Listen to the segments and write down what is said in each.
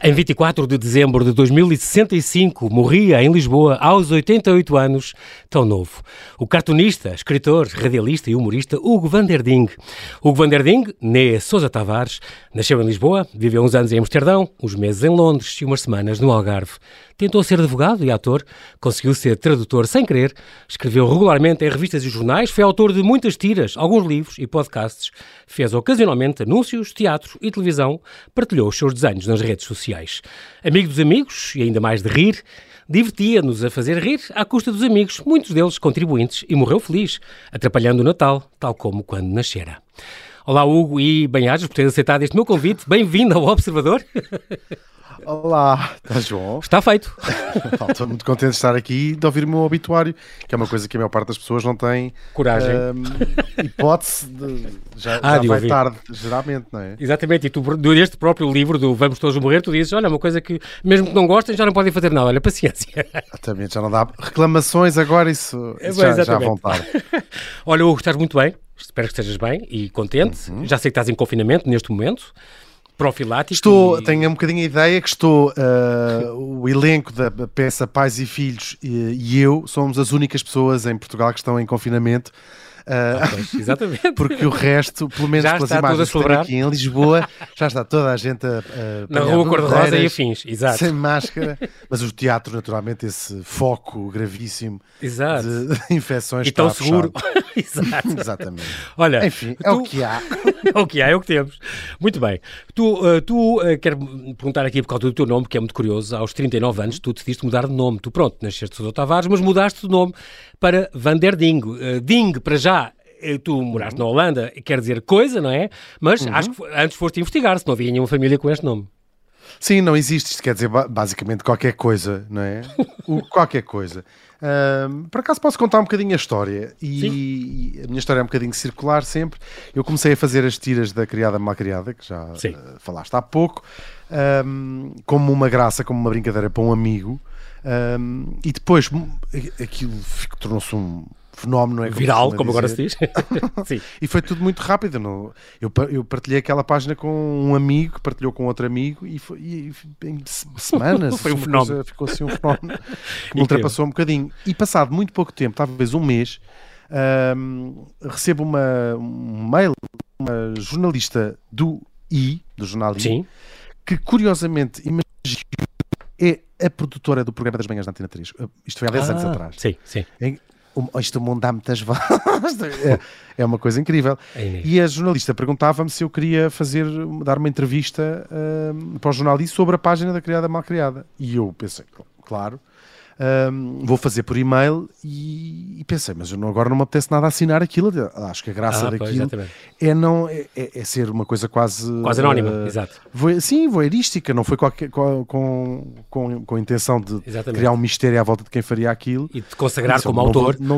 Em 24 de dezembro de 2065, morria em Lisboa, aos 88 anos, tão novo, o cartunista, escritor, radialista e humorista Hugo van der Ding. Hugo van der Ding, né Sousa Tavares, nasceu em Lisboa, viveu uns anos em Amsterdão, uns meses em Londres e umas semanas no Algarve. Tentou ser advogado e ator, conseguiu ser tradutor sem querer, escreveu regularmente em revistas e jornais, foi autor de muitas tiras, alguns livros e podcasts, fez ocasionalmente anúncios, teatro e televisão, partilhou os seus desenhos nas redes sociais. Amigo dos amigos e ainda mais de rir, divertia-nos a fazer rir à custa dos amigos, muitos deles contribuintes, e morreu feliz, atrapalhando o Natal, tal como quando nascera. Olá Hugo e bem-ajas por ter aceitado este meu convite. Bem-vindo ao Observador. Olá, está João? Está feito. Estou muito contente de estar aqui e de ouvir o meu obituário, que é uma coisa que a maior parte das pessoas não tem coragem. Hipótese de... Já vai tarde, geralmente, não é? Exatamente, e tu, deste próprio livro do Vamos Todos Morrer, tu dizes, olha, uma coisa que, mesmo que não gostem, já não podem fazer nada, olha, paciência. Exatamente, já não dá reclamações agora, isso já vão tarde. Olha, Hugo, estás muito bem, espero que estejas bem e contente, já sei que estás em confinamento neste momento. Profilático. Tenho um bocadinho a ideia que o elenco da peça Pais e Filhos e eu somos as únicas pessoas em Portugal que estão em confinamento. Pois, exatamente. Porque o resto, pelo menos já pelas imagens que tenho aqui em Lisboa, já está toda a gente na rua cor-de-rosa e afins, exato. Sem máscara, mas o teatro, naturalmente, esse foco gravíssimo de infecções. E tão seguro. Exato. Exatamente. Olha, enfim, é o que há. É o que há, é o que temos. Muito bem. Tu quero perguntar aqui por causa do teu nome, que é muito curioso. Aos 39 anos, tu decidiste mudar de nome. Tu, pronto, nasceste Sousa Tavares, mas mudaste de nome para Van der Ding. Ding, para já, tu moraste na Holanda, quer dizer coisa, não é? Mas acho que antes foste investigar se não havia nenhuma família com este nome. Sim, não existe. Isto quer dizer basicamente qualquer coisa, não é? Qualquer coisa. Por acaso posso contar um bocadinho a história e a minha história é um bocadinho circular sempre. Eu comecei a fazer as tiras da Criada Malcriada, que já falaste há pouco, como uma graça, como uma brincadeira para um amigo, e depois aquilo tornou-se um fenómeno, não é? Viral, como agora se diz. Sim. E foi tudo muito rápido. Eu partilhei aquela página com um amigo, que partilhou com outro amigo, e em semanas foi um fenómeno. Ficou assim um fenómeno que me ultrapassou um bocadinho. E passado muito pouco tempo, talvez um mês, recebo um mail, uma jornalista do jornal I, que curiosamente é a produtora do programa das manhãs da Antena 3. Isto foi há 10 anos atrás. Sim. Isto o mundo dá muitas voltas. É uma coisa incrível. E a jornalista perguntava-me se eu queria dar uma entrevista para o jornal sobre a página da Criada Malcriada. E eu pensei, claro, vou fazer por e-mail e pensei, mas agora não me apetece nada assinar aquilo. Acho que a graça daquilo é ser uma coisa quase anónima, exato. Voyeurística, não foi com a intenção de criar um mistério à volta de quem faria aquilo. E de consagrar como autor. Não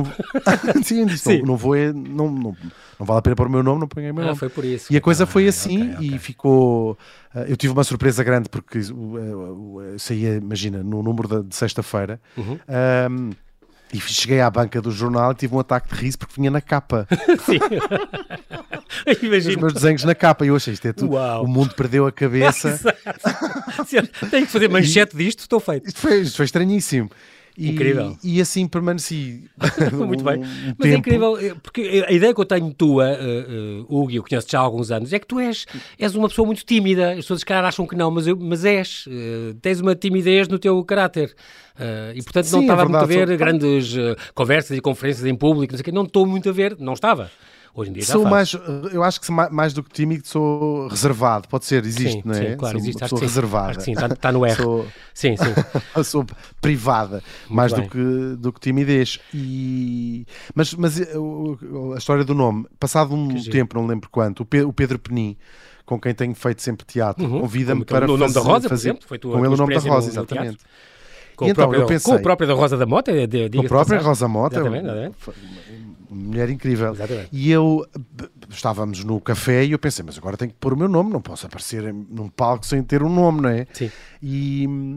vale a pena pôr o meu nome, não ponho o meu nome. Foi por isso. E a coisa foi assim e ficou... Eu tive uma surpresa grande porque saía, imagina, no número de sexta-feira e cheguei à banca do jornal e tive um ataque de riso porque vinha na capa. Sim. Imagino. Os meus desenhos na capa e eu achei isto é tudo. Uau. O mundo perdeu a cabeça. Tenho que fazer manchete disto, estou feito. Isto foi estranhíssimo. Incrível. E assim permaneci. Muito bem. Mas é incrível, porque a ideia que eu tenho tua, Hugo, e eu conheço já há alguns anos, é que tu és uma pessoa muito tímida. As pessoas, se calhar, acham que não, mas és. Tens uma timidez no teu caráter. E, portanto, não estava muito a ver grandes conversas e conferências em público, não sei o quê. Não estou muito a ver, não estava. Hoje em dia eu acho que mais do que tímido sou reservado, pode ser, existe, não é? Sim, claro, existe. Sou reservada. Acho que sim, está no R. Sim. Sou privada, mais do que timidez. Mas a história do nome, passado um tempo, não lembro quanto, o Pedro Penin, com quem tenho feito sempre teatro, convida-me para o nome da Rosa, por exemplo, foi com ele o nome da Rosa, exatamente. Com o próprio da Rosa da Mota, com a própria Rosa Mota, mulher incrível. Exatamente. E estávamos no café e eu pensei, mas agora tenho que pôr o meu nome, não posso aparecer num palco sem ter um nome, não é? Sim. E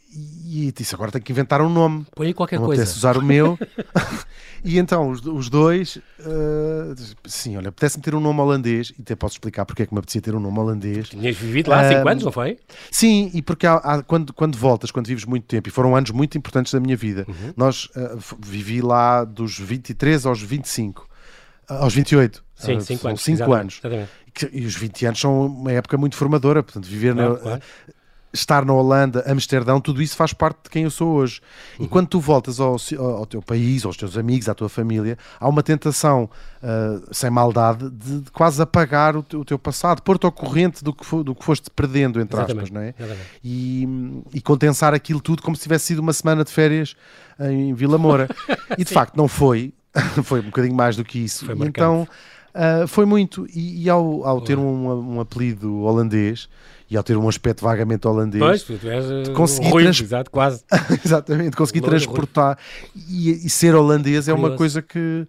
e disse, agora tenho que inventar um nome. Põe aí qualquer não coisa. apetece usar o meu. E então os dois, sim, olha, apetece-me ter um nome holandês, e até posso explicar porque é que me apetecia ter um nome holandês. Tinhas vivido lá há 5 anos, não foi? Sim, e porque quando voltas, quando vives muito tempo, e foram anos muito importantes da minha vida, vivi lá dos 23 aos 25, aos 28. Sim, 5 anos. 5 anos. Exatamente. E os 20 anos são uma época muito formadora, portanto, viver Claro. estar na Holanda, Amsterdão, tudo isso faz parte de quem eu sou hoje. E quando tu voltas ao teu país, aos teus amigos, à tua família, há uma tentação, sem maldade, de quase apagar o teu passado, pôr-te ao corrente do que foste perdendo, entre aspas, não é? E condensar aquilo tudo como se tivesse sido uma semana de férias em Vila Moura. E de facto não foi, foi um bocadinho mais do que isso. E então foi muito. E ao ter um apelido holandês, e ao ter um aspecto vagamente holandês, pois, tu és consegui exato, quase. Exatamente, consegui transportar e ser holandês é uma coisa que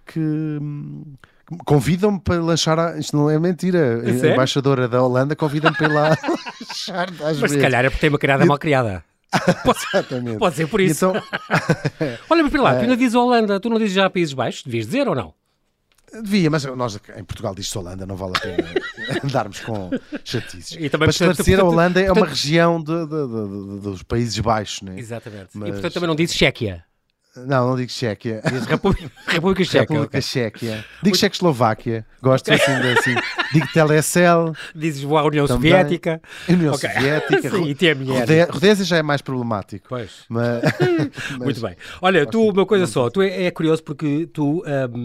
convidam-me para lanchar, isto não é mentira, a embaixadora da Holanda convida-me para ir lá lanchar às vezes. Mas se calhar é porque tem uma criada mal criada. Exatamente. Pode ser por isso. Então, olha, mas para lá, tu não dizes Holanda, tu não dizes já Países Baixos, devias dizer ou não? devia, mas nós em Portugal diz-se Holanda, não vale a pena andarmos com chatices. E também, para esclarecer, a Holanda é uma portanto, região dos Países Baixos, não é? Exatamente. Mas... E portanto também não dizes Chequia. Não digo Chequia. Dizes República Checa. República Chequia. Digo Checoslováquia. Gosto assim. Digo Telecel. Dizes a União Soviética. União Soviética. Sim, e TMR. Rodésia já é mais problemático. Pois. Mas... Muito bem. Olha, tu, uma coisa só. Tu é curioso porque tu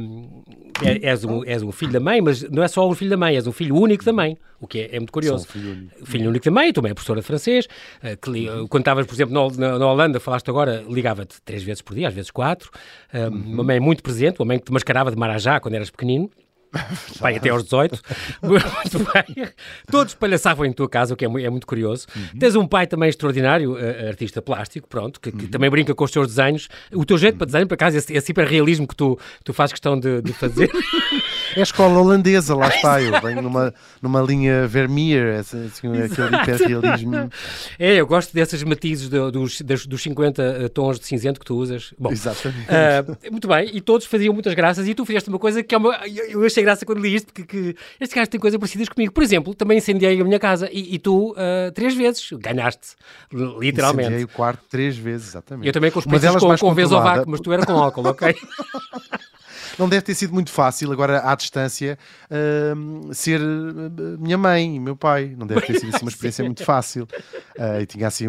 és um filho da mãe, mas não é só um filho da mãe, és um filho único da mãe. O que é muito curioso. Filho único da mãe, tu também é professora de francês. Quando estavas, por exemplo, na Holanda, falaste agora, ligava-te 3 vezes por dia, às vezes 4. Uma mãe muito presente, uma mãe que te mascarava de marajá quando eras pequenino. Pai, até aos 18. Muito bem. Todos palhaçavam em tua casa, o que é muito curioso. Tens um pai também extraordinário, artista plástico, pronto, que também brinca com os teus desenhos. O teu jeito para desenho, por acaso, esse hiperrealismo que tu fazes questão de fazer. É a escola holandesa, lá está. Eu venho numa linha Vermeer, assim, aquele hiperrealismo. Eu gosto desses matizes dos 50 tons de cinzento que tu usas. Bom, exatamente. Muito bem, e todos faziam muitas graças, e tu fizeste uma coisa que eu achei graça quando li isto, porque este gajo tem coisas parecidas comigo. Por exemplo, também incendiei a minha casa e tu 3 vezes ganhaste, literalmente. Incendiei o quarto 3 vezes, exatamente. Eu também com experiências com Vesovac, mas tu era com álcool, ok? Não deve ter sido muito fácil, agora à distância, ser minha mãe e meu pai. Não deve ter sido assim, uma experiência muito fácil. E tinha assim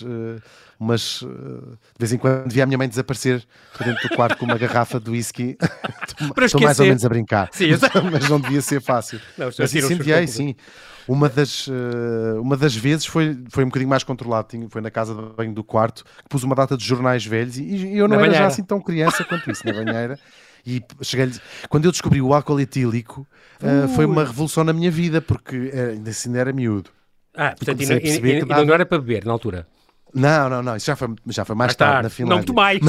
de vez em quando via a minha mãe desaparecer dentro do quarto com uma garrafa de whisky. Estou mais ou menos a brincar. Sim, mas não devia ser fácil. Não, mas incendiei, sim. Uma das vezes foi um bocadinho mais controlado. Foi na casa de banho do quarto, que pus uma data de jornais velhos e eu não era já assim tão criança quanto isso, na banheira. E cheguei-lhe... Quando eu descobri o álcool etílico, foi uma revolução na minha vida, porque ainda era miúdo. Portanto, não era para beber na altura. Não, isso já foi mais tarde na Finlândia. Não muito mais.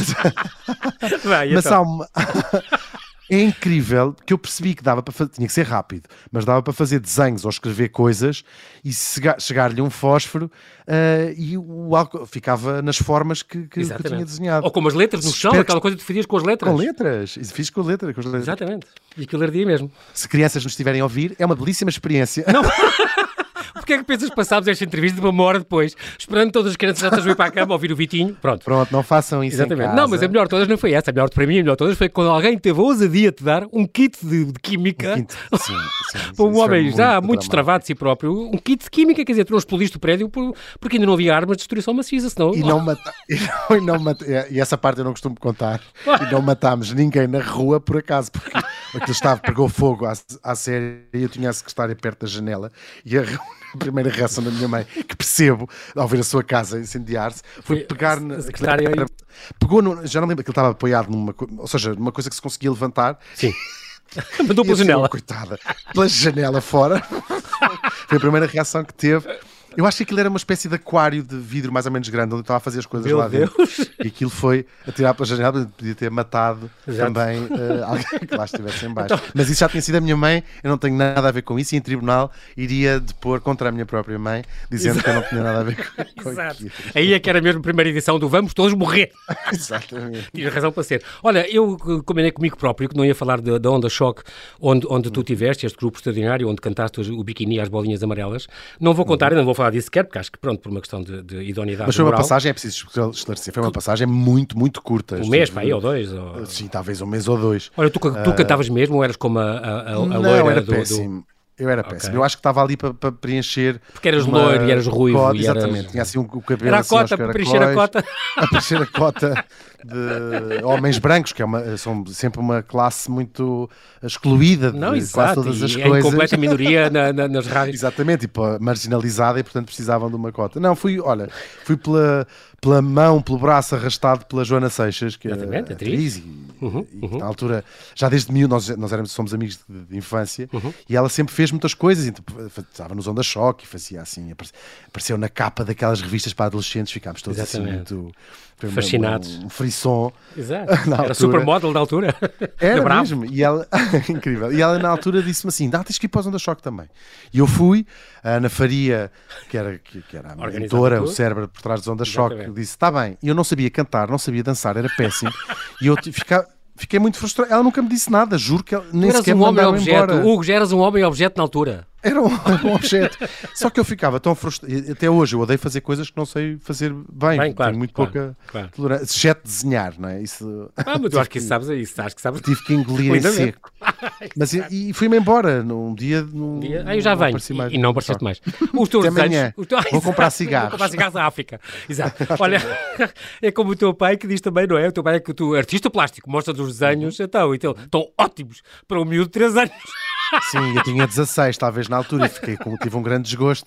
Mas há uma... É incrível que eu percebi que dava para fazer, tinha que ser rápido, mas dava para fazer desenhos ou escrever coisas e chegar-lhe um fósforo e o álcool ficava nas formas que eu tinha desenhado. Ou com umas letras no chão, aquela coisa que tu fazias com as letras. Com letras, fiz com letras. Exatamente, e aquilo ardia mesmo. Se crianças nos estiverem a ouvir, é uma belíssima experiência. Não. Porquê é que pensas que passámos esta entrevista de 1 hora depois, esperando todas as crianças já estão a ir para a cama a ouvir o Vitinho? Pronto, não façam isso. Exatamente. Em casa. Não, mas a melhor de todas não foi essa. A melhor para mim, a melhor de todas foi quando alguém teve a ousadia de te dar um kit de química sim, para um homem já muito extravado de si próprio. Um kit de química, quer dizer, tu não explodiste o prédio porque ainda não havia armas de destruição maciça, senão... E essa parte eu não costumo contar. E não matámos ninguém na rua por acaso, porque aquilo pegou fogo à série e eu tinha que estar perto da janela e a primeira reação da minha mãe, que percebo, ao ver a sua casa incendiar-se, foi pegar na secretária. Já não lembro, que ele estava apoiado numa coisa que se conseguia levantar. Sim. Mandou pela janela. Coitada, pela janela fora. Foi a primeira reação que teve. Eu acho que aquilo era uma espécie de aquário de vidro mais ou menos grande, onde eu estava a fazer as coisas lá dentro. E aquilo foi a tirar pela janela, podia ter matado também alguém que lá estivesse em baixo. Então... Mas isso já tinha sido a minha mãe, eu não tenho nada a ver com isso, e em tribunal iria depor contra a minha própria mãe, dizendo que eu não tinha nada a ver com Exato. Aí é que era mesmo a primeira edição do Vamos Todos Morrer. Exatamente. Tinha razão para ser. Olha, eu combinei comigo próprio que não ia falar da Onda Choque, onde tu tiveste, este grupo extraordinário, onde cantaste o biquíni às bolinhas amarelas. Não vou contar, não vou falar disso sequer, porque acho que, pronto, por uma questão de idoneidade. Mas foi moral. uma passagem, é preciso esclarecer, foi uma passagem muito, muito curta. Um mês, aí, ou dois? Ou... Sim, talvez um mês ou dois. Olha, tu cantavas mesmo ou eras como a não, loira era do... péssimo. Eu era péssimo. Eu acho que estava ali para preencher. Porque eras loiro e eras ruivo. Cota, exatamente. Tinha assim o cabelo. Era a cota, para preencher a cota. A preencher a cota de homens brancos, que são sempre uma classe muito excluída de quase todas as coisas. Em completa minoria nas rádios. Exatamente, tipo, marginalizada, e portanto precisavam de uma cota. Não, fui pela mão, pelo braço arrastado pela Joana Seixas, que é atriz, e na altura, já desde nós somos amigos de infância, e ela sempre fez muitas coisas, então, estava nos Onda Choque, fazia assim, apareceu na capa daquelas revistas para adolescentes, ficámos todos assim muito fascinados. Um frisson. Exato. Era supermodel da altura. Era mesmo. E ela, incrível. E ela na altura disse-me assim, tens que ir para os Onda Choque também. E eu fui, a Ana Faria, que era a mentora, o cérebro por trás dos Onda Choque, disse, está bem. E eu não sabia cantar, não sabia dançar, era péssimo. E eu fiquei muito frustrado. Ela nunca me disse nada, juro que ela nem sequer me mandava embora. Hugo, já eras um homem-objeto na altura. Era um objeto. Só que eu ficava tão frustrado. Até hoje eu odeio fazer coisas que não sei fazer bem. Claro, tenho muito pouca tolerância. Exceto desenhar, não é? Isso... mas tu acho que sabes isso. Acho que sabes. Tive que engolir em seco. Mas e fui-me embora num dia. Aí eu já venho. E não apareceste mais. Os teus desenhos. Vou comprar cigarros. Vou comprar cigarros à África. Exato. Olha, é como o teu pai que diz também, não é? O teu pai é que tu, artista plástico, mostra-te os desenhos, então, estão ótimos para um miúdo de 3 anos. Sim, eu tinha 16, talvez na altura, e tive um grande desgosto.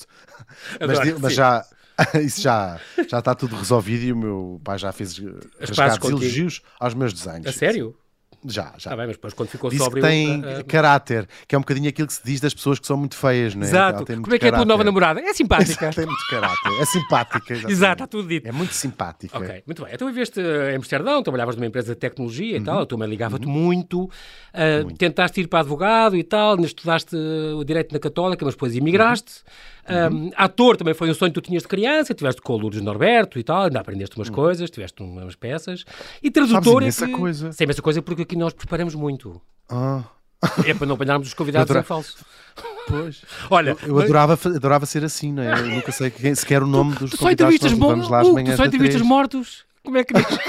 Mas já, isso já está tudo resolvido, e o meu pai já fez rasgados elogios aos meus desenhos. A sério? Já. Está bem, mas depois quando ficou Diz sóbrio... que tem caráter, que é um bocadinho aquilo que se diz das pessoas que são muito feias, não é? Exato. Como é que é a tua nova namorada? É simpática. Tem muito caráter. É simpática. Exatamente. Exato, está tudo dito. É muito simpática. Ok, muito bem. Então viveste em Amsterdão, trabalhavas numa empresa de tecnologia e tal, a tua mãe ligava-te muito. Tentaste ir para advogado e tal, estudaste o direito na Católica, mas depois emigraste. Ator também foi um sonho que tu tinhas de criança, tiveste com o Lourdes Norberto e tal, ainda aprendeste umas coisas, tiveste umas peças. E tradutor é que... coisa. Sei imensa coisa, porque aqui nós preparamos muito. Ah... É para não apanharmos os convidados em falso. Pois. Olha, eu adorava ser assim, não é? Eu nunca sei sequer o nome dos convidados. Tu só entrevistas mortos. Como é que diz?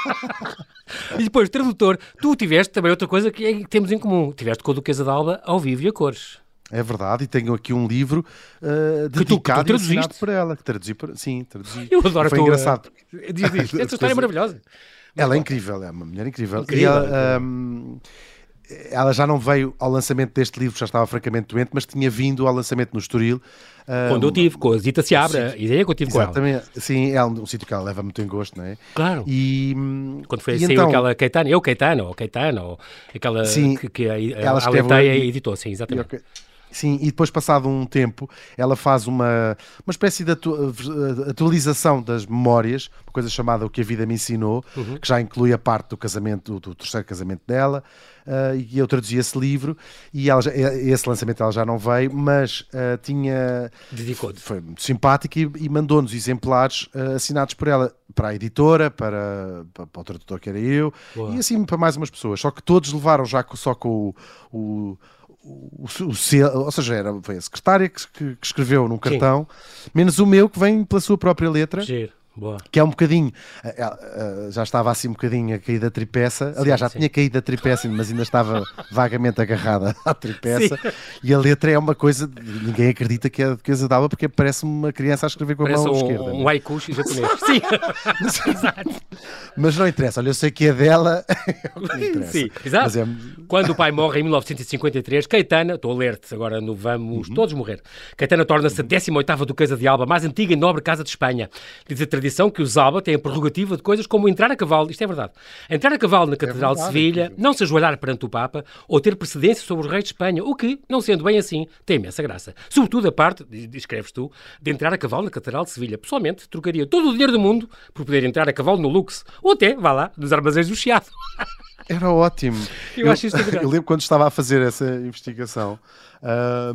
E depois, tradutor, tu tiveste também outra coisa que temos em comum. Tiveste com a Duquesa de Alba ao vivo e a cores. É verdade, e tenho aqui um livro dedicado e assinado por ela. Que traduzi. Eu adoro. Foi engraçado. Diz. Essa história é maravilhosa. Ela é incrível, é uma mulher incrível. Ela já não veio ao lançamento deste livro, já estava francamente doente, mas tinha vindo ao lançamento no Estoril. Quando eu tive, com a Zita Seabra, a ideia que eu tive com ela. Exatamente, sim, é um sítio que ela leva muito em gosto, não é? Claro. Quando saiu então, aquela Caetano, ou aquela sim, que a Aleteia editou, sim, exatamente. Sim, e depois, passado um tempo, ela faz uma espécie de atualização das memórias, uma coisa chamada O que a Vida Me Ensinou, que já inclui a parte do casamento, do terceiro casamento dela, e eu traduzi esse livro, e esse lançamento ela já não veio, mas dedicou-te. Foi muito simpática e mandou-nos exemplares assinados por ela, para a editora, para o tradutor que era eu, e assim para mais umas pessoas, só que todos levaram já só com o selo, ou seja, foi a secretária que escreveu num cartão, menos o meu, que vem pela sua própria letra. Boa. Que é um bocadinho, já estava assim um bocadinho a cair da tripeça, aliás, já tinha caído da tripeça, mas ainda estava vagamente agarrada à tripeça, e a letra é uma coisa, ninguém acredita que é a Duquesa de Alba, porque parece uma criança a escrever com a mão esquerda. Um haiku japonês. Sim. Exato. Mas não interessa, olha, eu sei que é dela, sim, exato. Quando o pai morre em 1953, Caetana, estou a ler-te agora no Vamos Todos Morrer, Caetana torna-se a 18ª Duquesa de Alba, mais antiga e nobre casa de Espanha. Diz a tradição tradição que os Alba têm a prerrogativa de coisas como entrar a cavalo, isto é verdade, entrar a cavalo na Catedral de Sevilha, não se ajoelhar perante o Papa ou ter precedência sobre os reis de Espanha, o que, não sendo bem assim, tem imensa graça. Sobretudo a parte, escreves tu, de entrar a cavalo na Catedral de Sevilha. Pessoalmente, trocaria todo o dinheiro do mundo por poder entrar a cavalo no Lux, ou até, vá lá, nos armazéns do Chiado. Era ótimo. Acho isto eu lembro quando estava a fazer essa investigação. A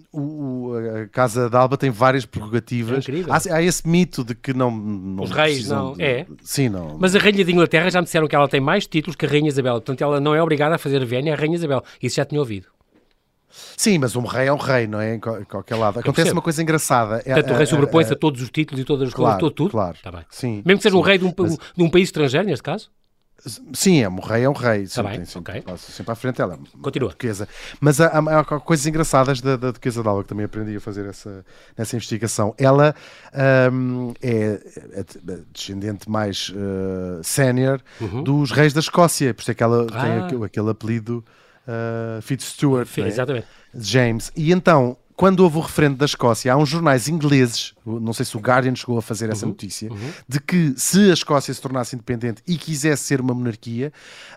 Casa de Alba tem várias prerrogativas. Há esse mito de que não os reis não. Sim, não. Mas a Rainha de Inglaterra já me disseram que ela tem mais títulos que a Rainha Isabel. Portanto, ela não é obrigada a fazer vénia à Rainha Isabel. Isso já tinha ouvido. Sim, mas um rei é um rei, não é? Em qualquer lado. Acontece uma coisa engraçada. Portanto, o rei sobrepõe-se a todos os títulos e todas as coisas, tudo. Claro, tá bem. Sim, mesmo que seja um rei de um país estrangeiro, neste caso? Sim, é um rei. Tá bem, sempre à frente ela. Continua. Duquesa. Mas há coisas engraçadas da Duquesa de Alba, que também aprendi a fazer nessa investigação. Ela é descendente mais sénior dos reis da Escócia, por isso é que ela tem aquele apelido Fitzstewart, exatamente. James. E então, quando houve o referendo da Escócia, há uns jornais ingleses, não sei se o Guardian chegou a fazer essa notícia, de que se a Escócia se tornasse independente e quisesse ser uma monarquia,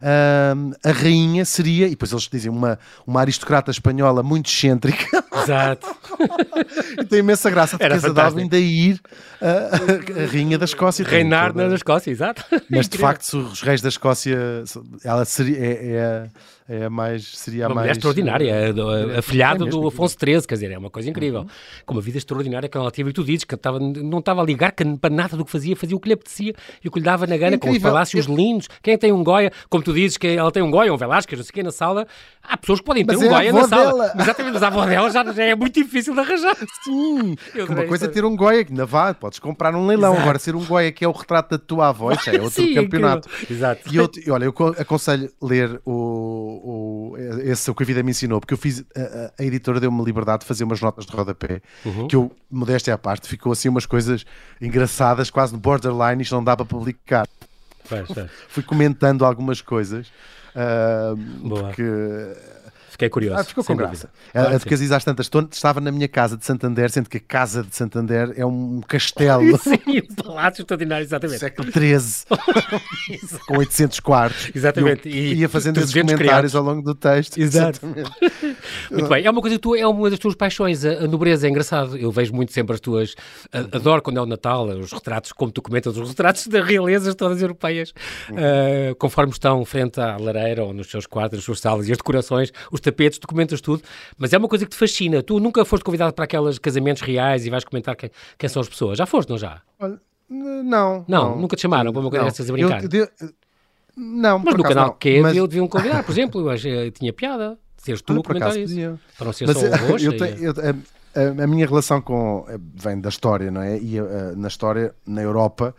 a rainha seria, e depois eles dizem, uma aristocrata espanhola muito excêntrica. Exato. E tem imensa graça a Duquesa de Alba ainda ir a rainha da Escócia. Reinar na Escócia, exato. Mas de facto, se os reis da Escócia, ela seria seria a mais extraordinária, afilhada do Afonso XIII, quer dizer, é uma coisa incrível. Com uma vida extraordinária que ela teve, e tu dizes que não estava a ligar para nada do que fazia o que lhe apetecia e o que lhe dava na gana, com os palácios lindos. Quem tem um Goya, como tu dizes que ela tem um Goya, um Velázquez, não sei o que, na sala, há pessoas que podem ter um Goya na sala. Exatamente, mas a avó dela já é muito difícil de arranjar. Sim, uma coisa é ter um Goya que ainda vá, podes comprar num leilão. Exato. Agora, ser um Goya que é o retrato da tua avó, isso é outro campeonato. Exato. E olha, eu aconselho ler o que a vida me ensinou, porque eu fiz, a editora deu-me liberdade de fazer umas notas de rodapé, que eu, modéstia à parte, ficou assim umas coisas engraçadas, quase no borderline, isto não dá para publicar. Fui comentando algumas coisas, porque... Fiquei curioso. Ficou com graça. A Duquesa diz às tantas, estava na minha casa de Santander, sendo que a casa de Santander é um castelo. Sim, um palácio extraordinário, exatamente. Século XIII, com 800 quartos. Exatamente. E ia fazendo esses comentários ao longo do texto. Exato. Muito bem. É uma coisa que é uma das tuas paixões, a nobreza. É engraçado. Eu vejo muito sempre as tuas... Adoro quando é o Natal, os retratos, como tu comentas, os retratos das realezas todas europeias, conforme estão frente à lareira ou nos seus quadros, nas suas salas, e as decorações, os tapetes, documentas tudo, mas é uma coisa que te fascina. Tu nunca foste convidado para aqueles casamentos reais e vais comentar quem são as pessoas. Já foste, não já? Não. Nunca te chamaram para uma coisa dessas a brincar? Não, mas no canal que eu deviam convidar, por exemplo, eu acho que tinha piada. Seres tu a comentar isso. Para não ser só o roxo. A minha relação vem da história, não é? E na história, na Europa...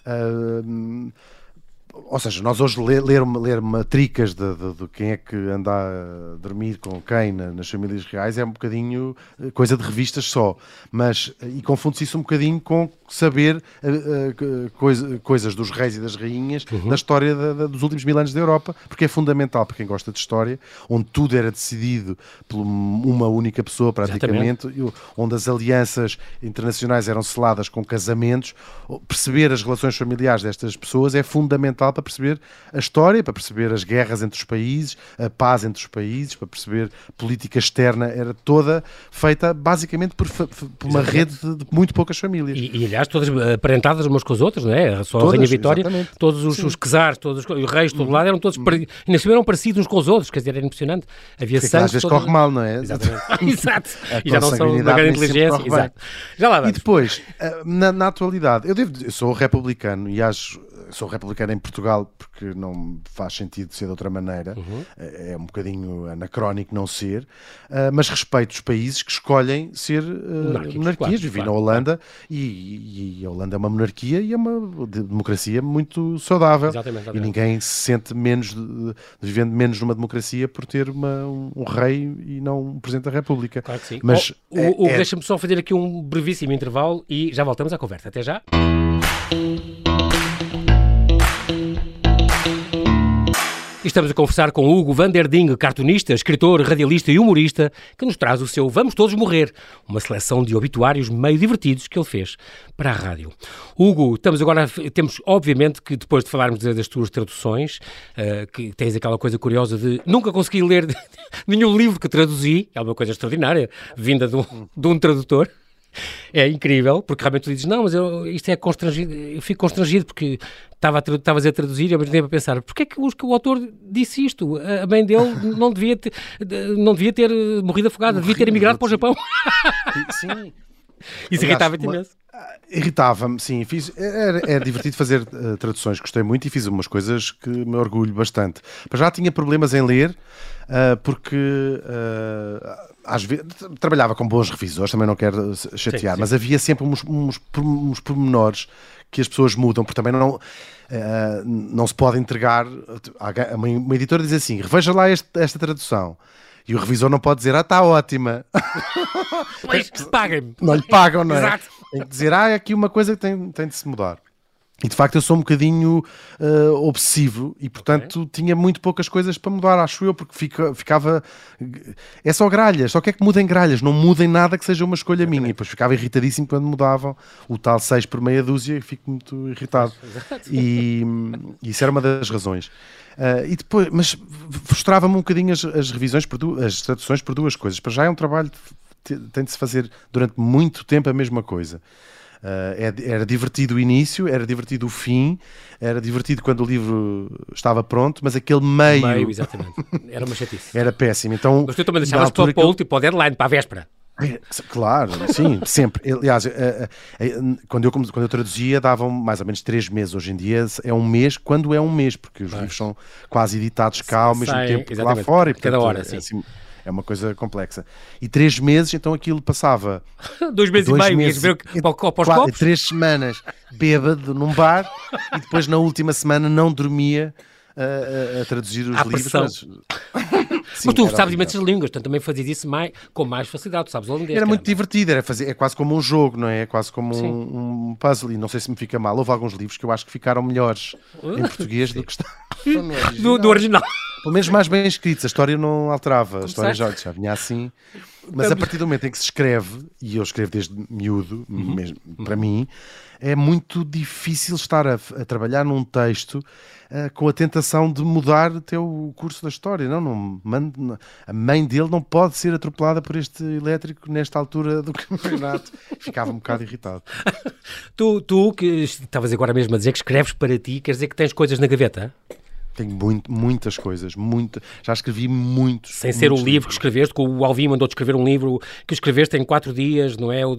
ou seja, nós hoje ler matricas de quem é que anda a dormir com quem nas famílias reais é um bocadinho coisa de revistas só, e confunde-se isso um bocadinho com saber coisas dos reis e das rainhas da história dos últimos 1000 anos da Europa, porque é fundamental para quem gosta de história, onde tudo era decidido por uma única pessoa praticamente, onde as alianças internacionais eram seladas com casamentos. Perceber as relações familiares destas pessoas é fundamental para perceber a história, para perceber as guerras entre os países, a paz entre os países, para perceber a política externa, era toda feita basicamente por uma rede de muito poucas famílias. E aliás, todas aparentadas umas com as outras, não é? Só a Rainha Vitória, exatamente. Todos os czares, todos os reis de todo lado eram todos, ainda se eram parecidos uns com os outros, quer dizer, era impressionante. Havia sangue. Às vezes corre mal, não é? Exatamente. Exato. E já não são uma grande inteligência. Exato. Já lá vamos. E depois, na atualidade, eu sou republicano e sou republicano em Portugal porque não faz sentido ser de outra maneira, é um bocadinho anacrónico não ser, mas respeito os países que escolhem ser monarquias. Vivi na Holanda e a Holanda é uma monarquia e é uma democracia muito saudável. Exatamente. E ninguém se sente vivendo menos numa democracia por ter um rei e não um Presidente da República. Claro que sim. Mas deixa-me só fazer aqui um brevíssimo intervalo e já voltamos à conversa. Até já. E estamos a conversar com Hugo van der Ding, cartunista, escritor, radialista e humorista, que nos traz o seu Vamos Todos Morrer, uma seleção de obituários meio divertidos que ele fez para a rádio. Hugo, temos obviamente que depois de falarmos das tuas traduções, que tens aquela coisa curiosa de nunca consegui ler nenhum livro que traduzi, é uma coisa extraordinária, vinda de um tradutor. É incrível, porque realmente tu dizes, não, mas isto é constrangido, eu fico constrangido porque estavas a traduzir e ao mesmo tempo a pensar, porque é que o autor disse isto? A mãe dele não devia ter morrido afogada, devia ter emigrado para o Japão. Sim. Isso irritava-te imenso. Irritava-me, sim. Era divertido fazer traduções, gostei muito e fiz umas coisas que me orgulho bastante. Mas já tinha problemas em ler, porque às vezes trabalhava com bons revisores, também não quero chatear, sim. Mas havia sempre uns pormenores que as pessoas mudam, porque também não se pode entregar. Uma editora diz assim, reveja lá esta tradução. E o revisor não pode dizer, está ótima. Pois, paguem-me. Não lhe pagam, não é? Exato. Tem que dizer, é aqui uma coisa que tem de se mudar. E de facto eu sou um bocadinho obsessivo e portanto tinha muito poucas coisas para mudar, acho eu, porque ficava... É só gralhas, só que é que mudem gralhas, não mudem nada que seja uma escolha minha. E depois ficava irritadíssimo quando mudavam o tal 6 por meia dúzia e fico muito irritado. E isso era uma das razões. E depois, mas frustrava-me um bocadinho as revisões, as traduções por duas coisas. Para já é um trabalho que tem de se fazer durante muito tempo a mesma coisa. Era divertido o início, era divertido o fim, era divertido quando o livro estava pronto, mas aquele meio exatamente, era uma chatice. Era péssimo. Então, mas tu também deixavas para o último, para o deadline, para a véspera. Claro, sim, sempre. Aliás, quando eu traduzia davam mais ou menos 3 meses. Hoje em dia é um mês, quando é um mês, porque os livros são quase editados cá ao mesmo tempo que lá fora. E, portanto, cada hora, sim. Assim, é uma coisa complexa. E 3 meses, então aquilo passava... 2 meses e meio, ias ver para os copos? 3 semanas bêbado num bar e depois na última semana não dormia a traduzir os livros. Sim, mas tu sabes imensas línguas, portanto também fazias isso com mais facilidade, tu sabes holandês. Era muito divertido, é quase como um jogo, não é? É quase como um puzzle, e não sei se me fica mal. Houve alguns livros que eu acho que ficaram melhores em português do que estavam do original. Pelo menos mais bem escritos, a história não alterava, a história já vinha assim. Mas a partir do momento em que se escreve, e eu escrevo desde miúdo, mesmo, para mim, é muito difícil estar a trabalhar num texto com a tentação de mudar até o curso da história. A mãe dele não pode ser atropelada por este elétrico nesta altura do campeonato. Ficava um bocado irritado. Tu que estavas agora mesmo a dizer que escreves para ti, quer dizer que tens coisas na gaveta? Tenho muitas coisas, já escrevi muitos. Sem ser o livro que escreveste, que o Alvim mandou-te escrever um livro que escreveste em 4 dias, não é? O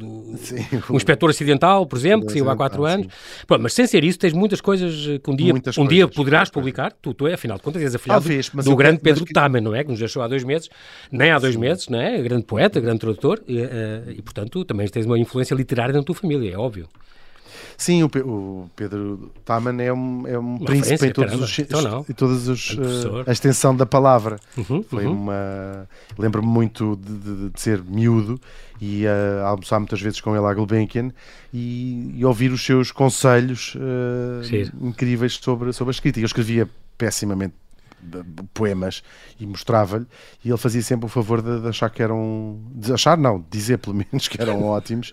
o Inspetor Acidental, por exemplo, que saiu há 4 anos. Pronto, mas sem ser isso, tens muitas coisas que um dia poderás publicar. Tu, afinal de contas, és afilhado do grande Pedro Taman, não é? Que nos deixou há 2 meses, nem há 2 meses, não é? Grande poeta, grande tradutor, e portanto, também tens uma influência literária na tua família, é óbvio. Sim, o Pedro Taman é um príncipe em toda a extensão da palavra. Foi lembro-me muito de ser miúdo e almoçar muitas vezes com ele à Gulbenkian e ouvir os seus conselhos incríveis sobre a escrita. Eu escrevia pessimamente poemas e mostrava-lhe, e ele fazia sempre o favor de achar que eram... de achar, não, dizer pelo menos que eram ótimos.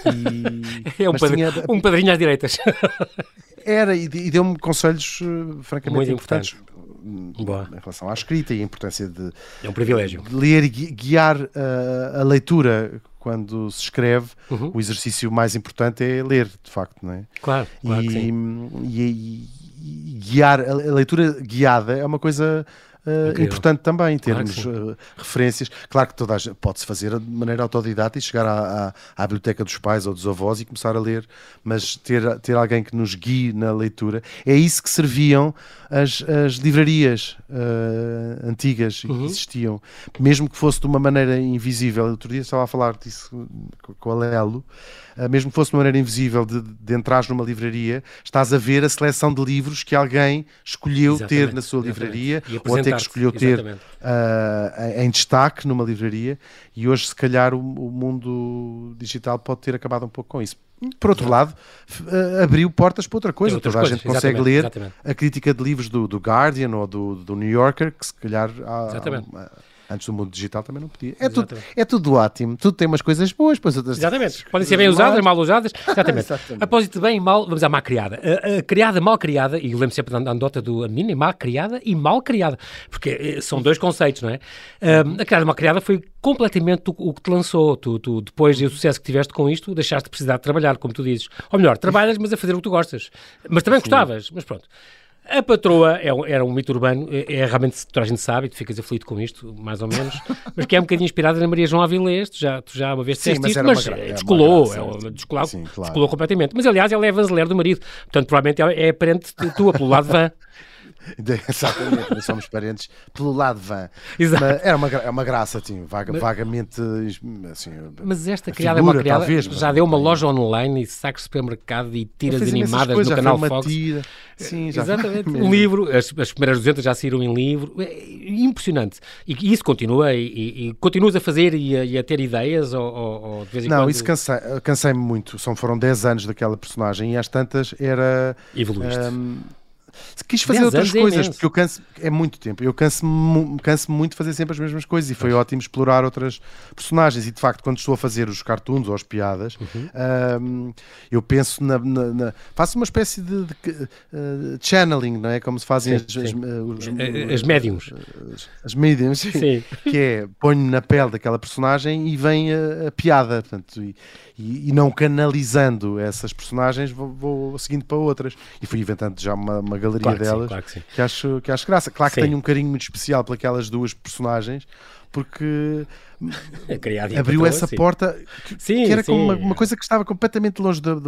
É um padrinho às direitas. Era, e deu-me conselhos francamente muito importantes em relação à escrita e a importância de... É um privilégio. De ler e guiar a leitura. Quando se escreve, o exercício mais importante é ler, de facto, não é? Claro que sim. Guiar, a leitura guiada é uma coisa importante também, em termos referências. Claro que toda a gente pode-se fazer de maneira autodidata e chegar à biblioteca dos pais ou dos avós e começar a ler, mas ter alguém que nos guie na leitura, é isso que serviam as livrarias antigas que existiam, mesmo que fosse de uma maneira invisível. Outro dia estava a falar disso com a Lelo. Mesmo que fosse de uma maneira invisível de entrares numa livraria, estás a ver a seleção de livros que alguém escolheu ter na sua livraria, ou até que escolheu ter em destaque numa livraria, e hoje se calhar o mundo digital pode ter acabado um pouco com isso. Por outro lado, abriu portas para outra coisa. Toda a gente consegue ler a crítica de livros do Guardian ou do New Yorker, que se calhar antes do mundo digital também não podia. É tudo ótimo. Tudo tem umas coisas boas, depois outras... Exatamente. Podem ser bem usadas, mal usadas. Exatamente. Após de bem e mal, vamos à má criada. A criada, mal criada, e eu lembro sempre da anedota do menino, má criada e mal criada. Porque são dois conceitos, não é? A criada mal criada foi completamente o que te lançou. Tu, depois do sucesso que tiveste com isto, deixaste de precisar de trabalhar, como tu dizes. Ou melhor, trabalhas, mas a fazer o que tu gostas. Mas também gostavas, mas pronto. A patroa era um mito urbano, realmente toda a gente sabe, e tu ficas aflito com isto, mais ou menos, mas que é um bocadinho inspirada na Maria João Avilés, tu já uma vez disseste isto, mas descolou completamente. Mas aliás, ela é a Vanzeler do marido, portanto provavelmente ela é parente tua, pelo lado van. Exatamente, nós somos parentes pelo lado van. Exato. É uma graça, assim, vagamente assim, mas esta criada é uma criada, talvez, já deu uma loja online e sacos de supermercado e tiras animadas coisas, no canal Fox. Sim, já exatamente. Um livro, as primeiras 200 já saíram em livro. É impressionante. E isso continua, e continuas a fazer e a ter ideias ou de vez em quando... Não, isso cansei-me muito. Foram 10 anos daquela personagem e às tantas era... Evoluíste. Quis fazer outras coisas, porque é muito tempo. Eu canso-me muito de fazer sempre as mesmas coisas e foi ótimo explorar outras personagens. E de facto, quando estou a fazer os cartoons ou as piadas, eu penso faço uma espécie de channeling, não é? Como se fazem as médiums. As médiums, sim. Que é ponho na pele daquela personagem e vem a piada. Portanto, e não canalizando essas personagens, vou seguindo para outras. E fui inventando já uma galeria delas, claro que, sim. que acho graça. Claro que tenho um carinho muito especial por aquelas duas personagens, porque abriu essa porta que era como uma coisa que estava completamente longe da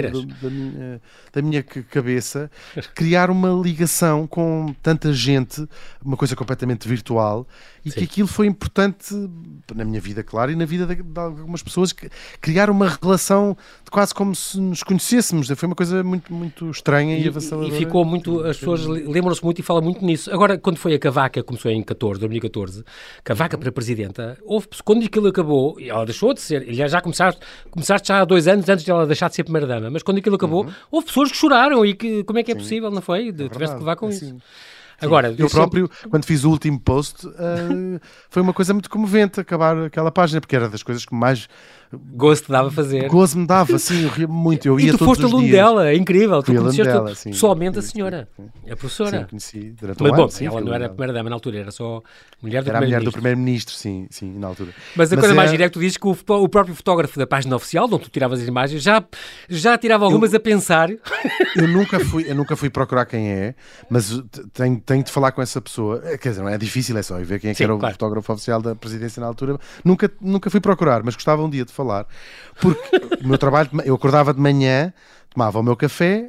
minha cabeça, criar uma ligação com tanta gente, uma coisa completamente virtual, e que aquilo foi importante na minha vida, claro, e na vida de algumas pessoas, criar uma relação quase como se nos conhecêssemos. Foi uma coisa muito, muito estranha e avassaladora. E ficou muito, as pessoas lembram-se muito e falam muito nisso. Agora, quando foi a Cavaca, começou em 2014, Cavaca para Presidenta, quando aquilo acabou, ela deixou de ser, já começaste já há 2 anos antes de ela deixar de ser primeira-dama, mas quando aquilo acabou, houve pessoas que choraram e que, como é que é possível, não foi? Tiveste que levar com isso. Agora, eu próprio, quando fiz o último post, foi uma coisa muito comovente acabar aquela página, porque era das coisas que mais gozo te dava fazer. Gozo me dava, sim, eu ria muito. Eu ia tu todos foste aluno dela, é incrível. Tu conheceste pessoalmente a sim, senhora, a professora. Sim, conheci durante um ano. Ela não era a primeira-dama na altura, era só mulher do primeiro-ministro. Era a mulher do primeiro-ministro, sim, na altura. Mas a coisa mais gira é que tu dizes que o próprio fotógrafo da página oficial, onde tu tiravas as imagens, já tirava algumas a pensar. Eu nunca fui procurar quem é, mas tenho de falar com essa pessoa. Quer dizer, não é difícil, é só ver quem é que era o fotógrafo oficial da presidência na altura. Nunca fui procurar, mas gostava um dia de falar. Porque o meu trabalho, eu acordava de manhã, tomava o meu café,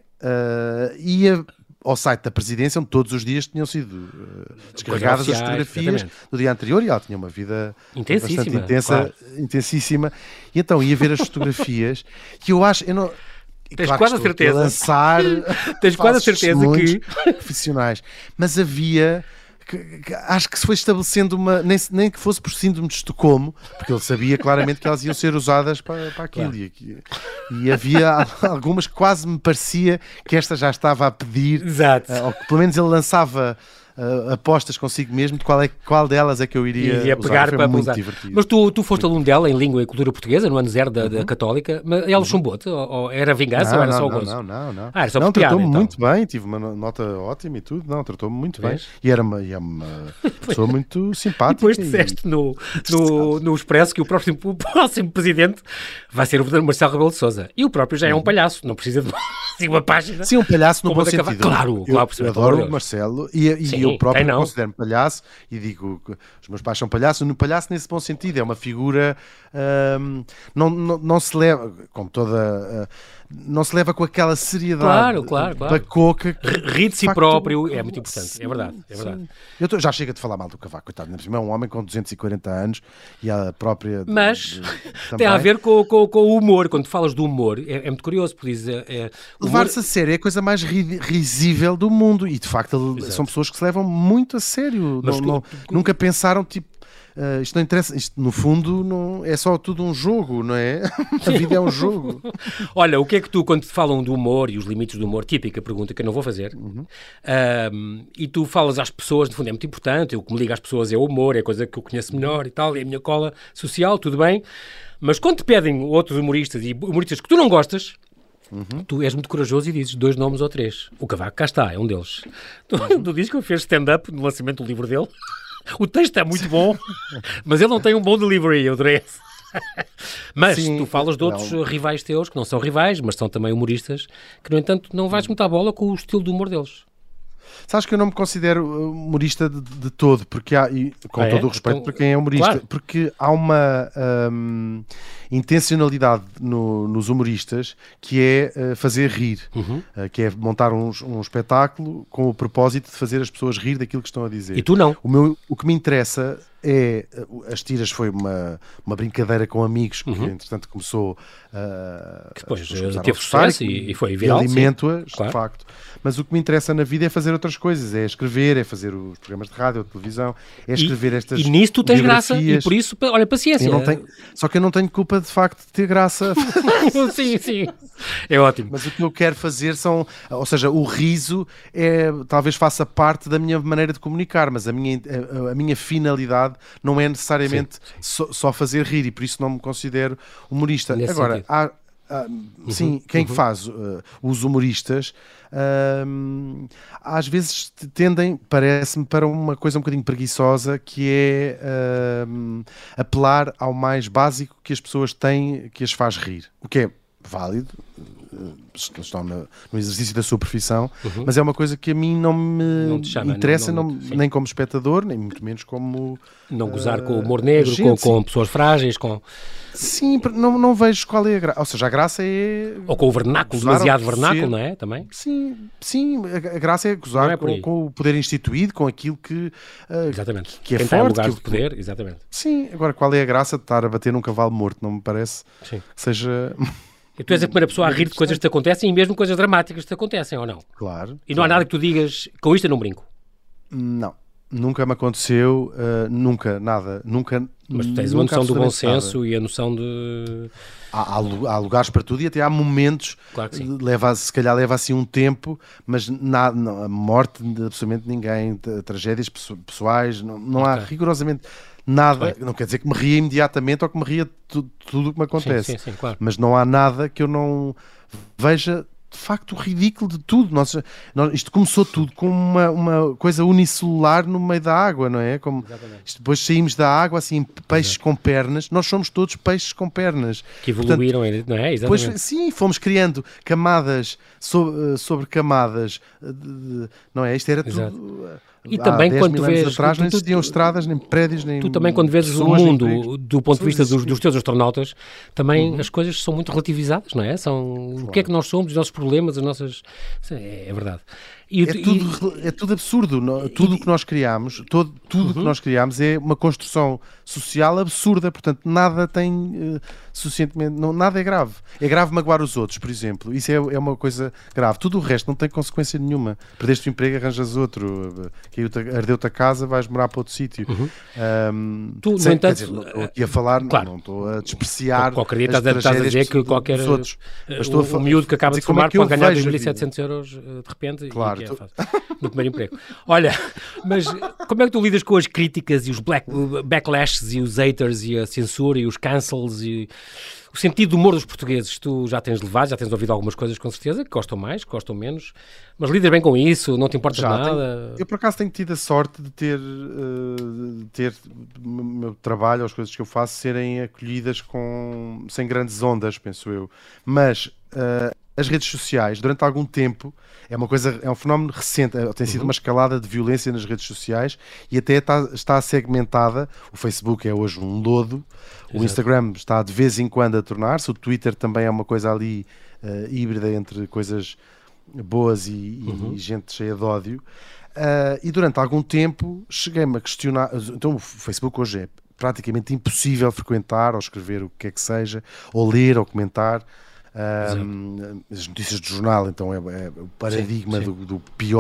ia ao site da presidência, onde todos os dias tinham sido descarregadas as fotografias do dia anterior, e ela tinha uma vida bastante intensa, intensíssima, e então ia ver as fotografias, que eu acho... Tens quase a certeza. Tens quase a certeza que profissionais, mas havia... acho que se foi estabelecendo nem que fosse por síndrome de Estocolmo, porque ele sabia claramente que elas iam ser usadas para aquilo, e havia algumas que quase me parecia que esta já estava a pedir, ou que pelo menos ele lançava apostas consigo mesmo de qual delas é que eu iria pegar para usar. Divertido. Mas tu foste aluno dela em Língua e Cultura Portuguesa, no ano 0 da Católica, mas ela chumbou-te? Ou era vingança ou era só o gozo? Não. Era só tratou-me muito bem, tive uma nota ótima e tudo, tratou-me muito bem. E é uma pessoa muito simpática. E depois disseste no Expresso que o próximo presidente vai ser o Marcelo Rebelo de Sousa. E o próprio já é um palhaço, não precisa de uma página. Sim, um palhaço no bom sentido. Claro, eu adoro o Marcelo e eu próprio considero-me palhaço e digo que os meus pais são palhaços. No palhaço nesse bom sentido, é uma figura não se leva como toda não se leva com aquela seriedade da coca que ri de si próprio, é muito importante. Sim, é verdade. Eu já chega de falar mal do Cavaco, coitado, é um homem com 240 anos e a própria... Mas tem a ver com o humor. Quando tu falas do humor, é muito curioso, porque dizes... Levar-se a sério é a coisa mais risível do mundo, e de facto são pessoas que se levam muito a sério. Nunca pensaram, tipo, isto não interessa, isto no fundo não, é só tudo um jogo, não é? A vida é um jogo. Olha, o que é que tu, quando te falam do humor e os limites do humor, típica pergunta que eu não vou fazer, e tu falas às pessoas, no fundo é muito importante, o que me liga às pessoas é o humor, é a coisa que eu conheço melhor e tal, é a minha cola social, tudo bem, mas quando te pedem outros humoristas e humoristas que tu não gostas, tu és muito corajoso e dizes 2 nomes ou 3. O Cavaco cá está, é um deles. Tu dizes que ele fez stand-up no lançamento do livro dele. O texto é muito bom, mas ele não tem um bom delivery, eu adorei esse. Mas sim, tu falas de outros rivais teus, que não são rivais, mas são também humoristas, que no entanto não vais muito à bola com o estilo do humor deles. Sabes que eu não me considero humorista de todo, porque há, e com todo o respeito para quem é humorista, claro. Porque há uma intencionalidade nos humoristas que é fazer rir, que é montar um espetáculo com o propósito de fazer as pessoas rir daquilo que estão a dizer. E tu não. O que me interessa é, as tiras foi uma brincadeira com amigos, que entretanto começou que depois teve sucesso e foi viral. Alimento-as, claro. De facto. Mas o que me interessa na vida é fazer outras coisas, é escrever, é fazer os programas de rádio ou de televisão, é escrever estas E nisso tu tens graça, e por isso, olha, paciência. Só que eu não tenho culpa de facto de ter graça. Sim, é ótimo. Mas o que eu quero fazer ou seja, o riso talvez faça parte da minha maneira de comunicar, mas a minha finalidade não é necessariamente só fazer rir, e por isso não me considero humorista. Nesse Agora, sim, quem faz os humoristas às vezes tendem, parece-me, para uma coisa um bocadinho preguiçosa, que é apelar ao mais básico que as pessoas têm, que as faz rir, o que é válido, estão no exercício da sua profissão, mas é uma coisa que a mim não me interessa, nem como espectador, nem muito menos como... Não gozar com o humor negro, com pessoas frágeis, com... Sim, não vejo qual é a graça. Ou seja, a graça é... Ou com o vernáculo, demasiado vernáculo, não é? Também? Sim, a graça é gozar com o poder instituído, com aquilo que exatamente. Que é quem forte. Tem lugares de poder, exatamente. Sim, agora qual é a graça de estar a bater num cavalo morto? Não me parece que seja... E tu és a primeira pessoa a rir de coisas que te acontecem, e mesmo coisas dramáticas que te acontecem, ou não? Claro. E não há nada que tu digas, com isto eu não brinco? Não. Nunca me aconteceu, nunca, nada. Nunca. Mas tu tens a noção do bom senso e a noção de... Há lugares para tudo, e até há momentos, claro que sim. Se calhar leva assim um tempo, mas a morte de absolutamente ninguém, tragédias pessoais, não há rigorosamente nada. Não quer dizer que me ria imediatamente ou que me ria de tudo o que me acontece. Sim, claro. Mas não há nada que eu não veja... De facto, o ridículo de tudo. Isto começou tudo com uma coisa unicelular no meio da água, não é? Depois saímos da água, assim, peixes com pernas. Nós somos todos peixes com pernas. Que evoluíram, não é? Exatamente. Depois, sim, fomos criando camadas sobre camadas. Não é? Isto era tudo... E também quando tu vês... atrás não existiam estradas, nem prédios, nem... Tu também quando vês o mundo do ponto de vista dos teus astronautas, também as coisas são muito relativizadas, não é? O que é que nós somos, os nossos problemas, as nossas... É verdade. É tudo absurdo. Tudo o que nós criamos, tudo que nós criamos é uma construção social absurda. Portanto, nada tem suficientemente... nada é grave. É grave magoar os outros, por exemplo. Isso é uma coisa grave. Tudo o resto não tem consequência nenhuma. Perdeste o emprego, arranjas outro. Ardeu-te a casa, vais morar para outro sítio. Tu, no entanto... Dizer, não estou aqui a falar, claro, não estou a despreciar qualquer dia estás a dizer que qualquer... O miúdo que acaba de formar pode ganhar 2.700 euros de repente... Claro. No primeiro emprego. Olha, mas como é que tu lidas com as críticas e os backlashes e os haters e a censura e os cancels e o sentido do humor dos portugueses? Tu já tens levado, já tens ouvido algumas coisas com certeza, que gostam mais, que gostam menos, mas lidas bem com isso? Não te importa nada? Eu por acaso tenho tido a sorte de ter o meu trabalho, as coisas que eu faço, serem acolhidas sem grandes ondas, penso eu. Mas... as redes sociais, durante algum tempo, é um fenómeno recente, tem sido uma escalada de violência nas redes sociais e até está segmentada. O Facebook é hoje um lodo, o Instagram está de vez em quando a tornar-se, o Twitter também é uma coisa ali híbrida entre coisas boas e gente cheia de ódio. E durante algum tempo cheguei-me a questionar, então o Facebook hoje é praticamente impossível frequentar ou escrever o que é que seja, ou ler ou comentar. As notícias do jornal, então é o paradigma do pior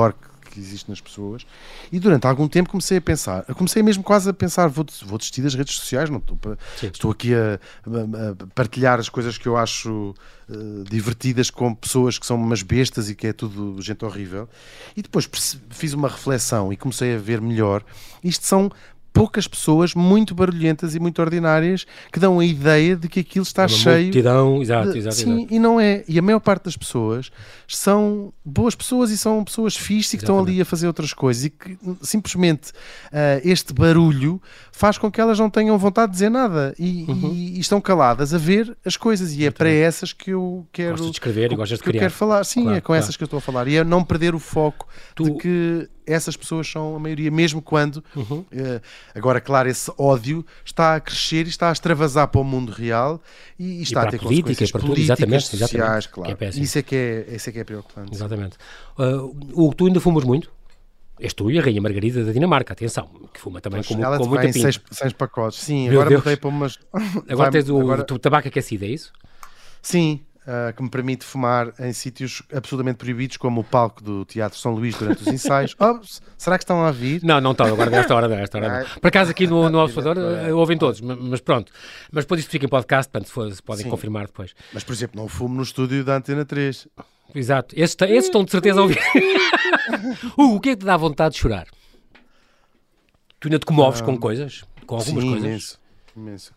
que existe nas pessoas. E durante algum tempo comecei mesmo quase a pensar, vou desistir das redes sociais, não estou aqui a partilhar as coisas que eu acho divertidas com pessoas que são umas bestas e que é tudo gente horrível. E depois fiz uma reflexão e comecei a ver melhor. Isto são poucas pessoas muito barulhentas e muito ordinárias que dão a ideia de que aquilo está cheio. Multidão, exato. Sim, e não é. E a maior parte das pessoas são boas pessoas e são pessoas fixes e que estão ali a fazer outras coisas e que simplesmente este barulho faz com que elas não tenham vontade de dizer nada e estão caladas a ver as coisas e é para essas que eu quero... Gostas de escrever e gostas de criar. Eu quero falar, sim, claro, é com essas que eu estou a falar e é não perder o foco de que essas pessoas são a maioria, mesmo quando agora, claro, esse ódio está a crescer e está a extravasar para o mundo real e está a ter consequências políticas, sociais, claro. Isso é que é preocupante. Exatamente. Tu ainda fumas muito? És tu e a Rainha Margarida da Dinamarca, atenção, que fuma também com muita pinta. 6 pacotes, sim, Meu agora Deus. mudei para umas... Agora tens o tabaco aquecido, é isso? Sim, que me permite fumar em sítios absolutamente proibidos, como o palco do Teatro São Luís durante os ensaios. Será que estão a vir? Não estão, agora desta hora não. Por acaso aqui no Observador ouvem todos, mas pronto. Mas depois isto fica em podcast, portanto se podem confirmar depois. Mas, por exemplo, não fumo no estúdio da Antena 3. Exato, esses estão de certeza a ouvir. O que é que te dá vontade de chorar? Tu ainda te comoves com coisas? Com algumas coisas? Imenso.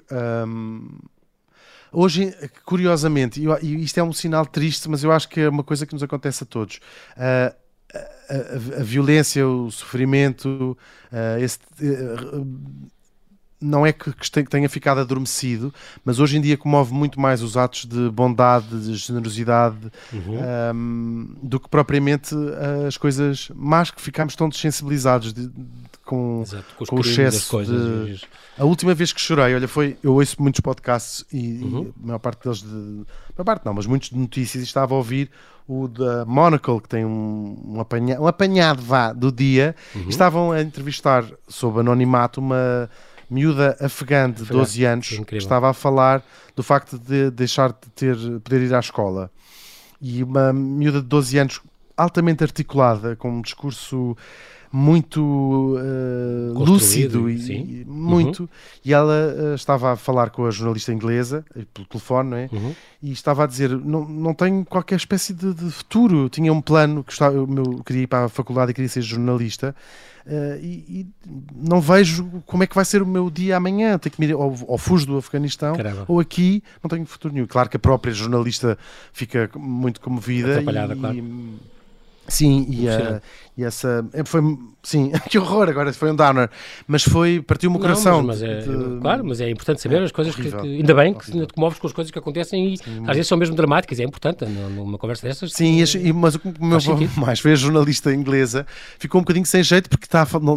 Hoje, curiosamente, e isto é um sinal triste, mas eu acho que é uma coisa que nos acontece a todos. A violência, o sofrimento, não é que tenha ficado adormecido, mas hoje em dia comove muito mais os atos de bondade, de generosidade, do que propriamente as coisas más, que ficámos tão desensibilizados com o excesso de... A última vez que chorei, olha, eu ouço muitos podcasts e a maior parte deles mas muitos de notícias, e estava a ouvir o da Monocle, que tem um apanhado do dia, e estavam a entrevistar sob anonimato uma miúda afegã de 12 anos que estava a falar do facto de deixar de poder ir à escola. E uma miúda de 12 anos altamente articulada, com um discurso muito lúcido e muito, e ela estava a falar com a jornalista inglesa pelo telefone, não é? E estava a dizer, não tenho qualquer espécie de futuro, tinha um plano que eu queria ir para a faculdade e queria ser jornalista, e não vejo como é que vai ser o meu dia amanhã, tenho que ir ou fujo do Afeganistão, ou aqui não tenho futuro nenhum. Claro que a própria jornalista fica muito comovida atrapalhada, claro. Sim, e essa foi, sim, que horror, agora foi um downer, mas partiu-me o coração. Claro, mas é importante saber as coisas que ainda bem que te comoves com as coisas que acontecem e às vezes são mesmo dramáticas, é importante numa conversa destas. Sim, mas o que me mais foi a jornalista inglesa, ficou um bocadinho sem jeito porque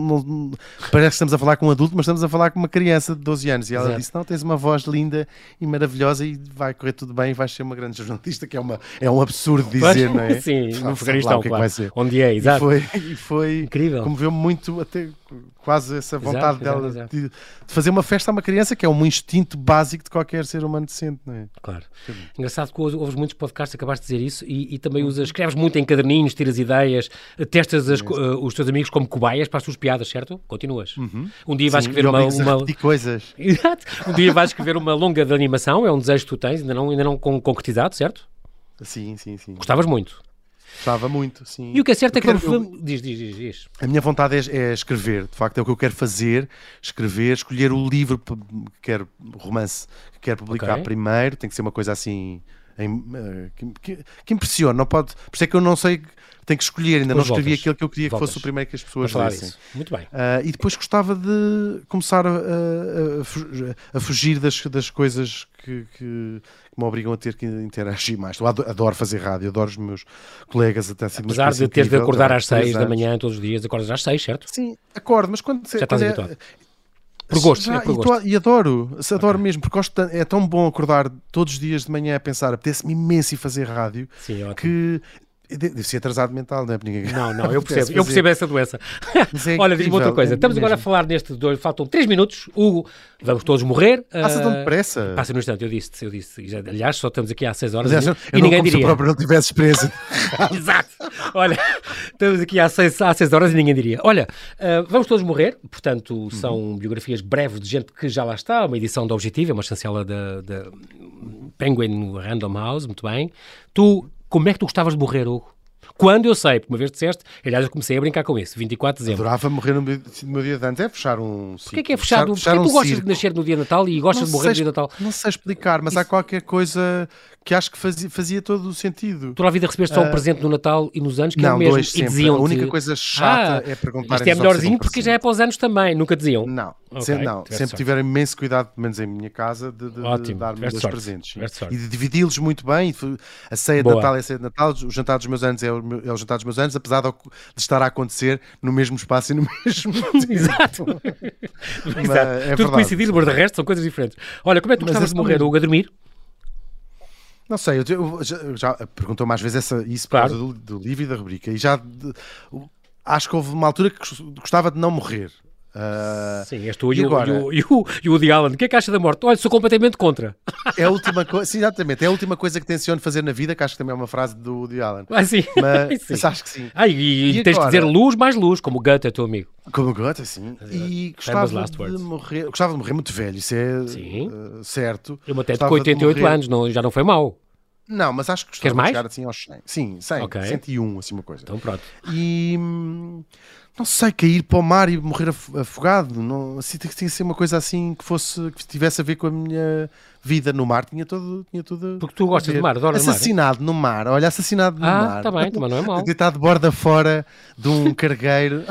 parece que estamos a falar com um adulto, mas estamos a falar com uma criança de 12 anos e ela disse, não, tens uma voz linda e maravilhosa e vai correr tudo bem e vais ser uma grande jornalista, que é um absurdo dizer, não é? Sim, no Afeganistão, claro. Onde exato. E foi incrível. Comoveu-me muito, até quase essa vontade dela de fazer uma festa a uma criança, que é um instinto básico de qualquer ser humano decente, não é? Claro. Engraçado que ouves muitos podcasts, acabaste de dizer isso, e também escreves muito em caderninhos, tiras ideias, testas os teus amigos como cobaias para as tuas piadas, certo? Continuas. Um dia vais escrever uma coisas. Exato. Um dia vais escrever uma longa de animação, é um desejo que tu tens, ainda não concretizado, certo? Sim. Gostavas muito. Gostava muito, sim. E o que é certo é que diz. A minha vontade é escrever, de facto é o que eu quero fazer, escolher o livro romance que quero publicar primeiro, tem que ser uma coisa assim que impressione, não pode, por isso é que eu não sei, tenho que escolher, ainda não escrevi aquilo que eu queria que fosse o primeiro que as pessoas lessem. Muito bem. E depois gostava de começar a fugir das coisas que me obrigam a ter que interagir mais. Eu adoro fazer rádio, adoro os meus colegas, até assim. Apesar de ter de acordar às 6 da manhã todos os dias, acordas às 6, certo? Sim, acordo, mas quando já estás habituado. Por gosto, e adoro mesmo, porque é tão bom acordar todos os dias de manhã a pensar, apetece-me imenso ir fazer rádio, que Deve ser atrasado mental, não é? Não, eu percebo essa doença. Olha, diz-me outra coisa. Estamos agora a falar nestes dois, faltam 3 minutos. Hugo, vamos todos morrer. Passa tão depressa. Passa no instante, eu disse. Aliás, só estamos aqui há 6 horas e ninguém diria. Se o próprio não tivesse preso. Exato. Olha, estamos aqui há 6 horas e ninguém diria. Olha, vamos todos morrer. Portanto, são biografias breves de gente que já lá está. Uma edição da Objetivo, é uma chancela da Penguin Random House, muito bem. Como é que tu gostavas de morrer, Hugo? Quando eu sei, porque uma vez disseste, aliás, eu comecei a brincar com isso, 24 de dezembro. Adorava morrer no meu dia de antes, é fechar um ciclo. Porquê que é fechar? Porquê tu gostas de nascer no dia de Natal e gostas de morrer no dia de Natal? Não sei explicar, mas há qualquer coisa que acho que fazia todo o sentido. Toda a vida recebeste só um presente no Natal e nos anos, que não, é mesmo. Dois, e diziam-te... A única coisa chata é perguntar... Isto é melhorzinho porque já é para os anos também, nunca diziam. Não, sempre tiveram imenso cuidado, pelo menos em minha casa, de dar-me os presentes. E de dividi-los muito bem. A ceia de Natal é a ceia de Natal, o jantar dos meus anos é o jantar dos meus anos, apesar de estar a acontecer no mesmo espaço e no mesmo tempo. Exato. Tudo coincidido, mas de resto são coisas diferentes. Olha, como é que tu gostavas de morrer, Hugo, a dormir? Não sei, eu já perguntou mais vezes isso por causa do livro e da rubrica, e acho que houve uma altura que gostava de não morrer. Sim, és tu e o Woody Allen. O que é que acha da morte? Olha, sou completamente contra. É a última coisa, sim, exatamente, é a última coisa que tenciono fazer na vida, que acho que também é uma frase do Woody Allen. Sim. Mas acho que sim. E tens agora, de dizer luz mais luz, como o Goethe é teu amigo. Como o Goethe, sim. E gostava de morrer muito velho, isso é certo. Eu até com 88 anos, já não foi mau. Não, mas acho que gostava de chegar assim aos 100. Sim, 100, okay. 101, assim uma coisa. Então pronto. E não sei, cair para o mar e morrer afogado, não, assim, tinha que ser uma coisa assim que tivesse a ver com a minha vida no mar, tinha tudo. Porque tu gostas de mar, adoras mar. Assassinado no mar, olha, assassinado no mar. Está bem, também não é mau. Deitado de borda fora de um cargueiro.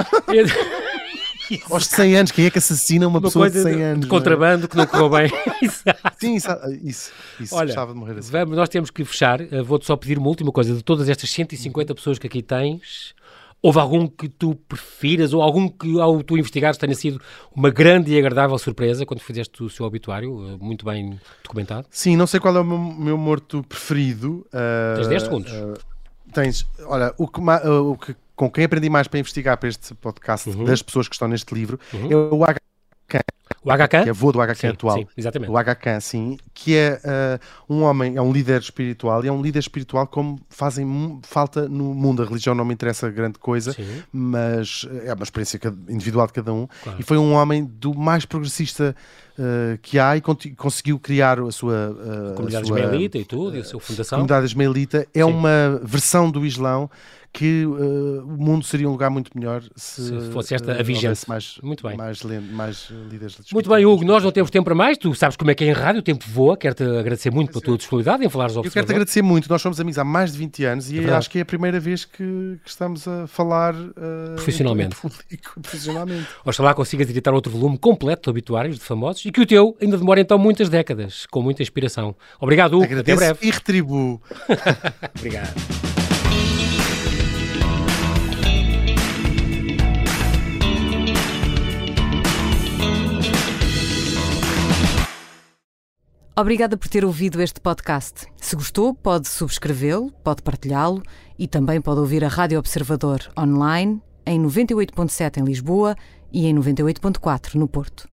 Aos 100 anos, quem é que assassina uma pessoa de 100 anos? De contrabando, que não correu bem. Sim, isso. Olha, gostava de morrer assim. Nós temos que fechar. Vou-te só pedir uma última coisa. De todas estas 150 pessoas que aqui tens, houve algum que tu prefiras ou algum que, ao tu investigares, tenha sido uma grande e agradável surpresa quando fizeste o seu obituário, muito bem documentado? Sim, não sei qual é o meu morto preferido. Tens 10 segundos. Tens, olha, com quem aprendi mais para investigar para este podcast, das pessoas que estão neste livro, é o Aga Khan. O Aga Khan? Que é avô do Aga Khan atual. Sim, exatamente. O Aga Khan, sim, que é um homem, é um líder espiritual, e é um líder espiritual como fazem falta no mundo. A religião não me interessa grande coisa, mas é uma experiência individual de cada um. Claro. E foi um homem do mais progressista que há, e conseguiu criar a sua... a comunidade ismaelita e tudo, e a sua fundação. A comunidade ismaelita é uma versão do Islão que o mundo seria um lugar muito melhor se fosse esta a vigente. Muito bem. Mais líderes. Muito bem, Hugo, nós não temos tempo para mais, tu sabes como é que é em rádio, o tempo voa, quero-te agradecer muito pela tua disponibilidade em falar aos observadores. Eu quero-te agradecer muito, nós somos amigos há mais de 20 anos e acho que é a primeira vez que estamos a falar profissionalmente. Profissionalmente. Oxalá consigas editar outro volume completo de obituários de famosos e que o teu ainda demore então muitas décadas, com muita inspiração. Obrigado, Hugo, até breve. E retribuo. Obrigado. Obrigada por ter ouvido este podcast. Se gostou, pode subscrevê-lo, pode partilhá-lo e também pode ouvir a Rádio Observador online em 98.7 em Lisboa e em 98.4 no Porto.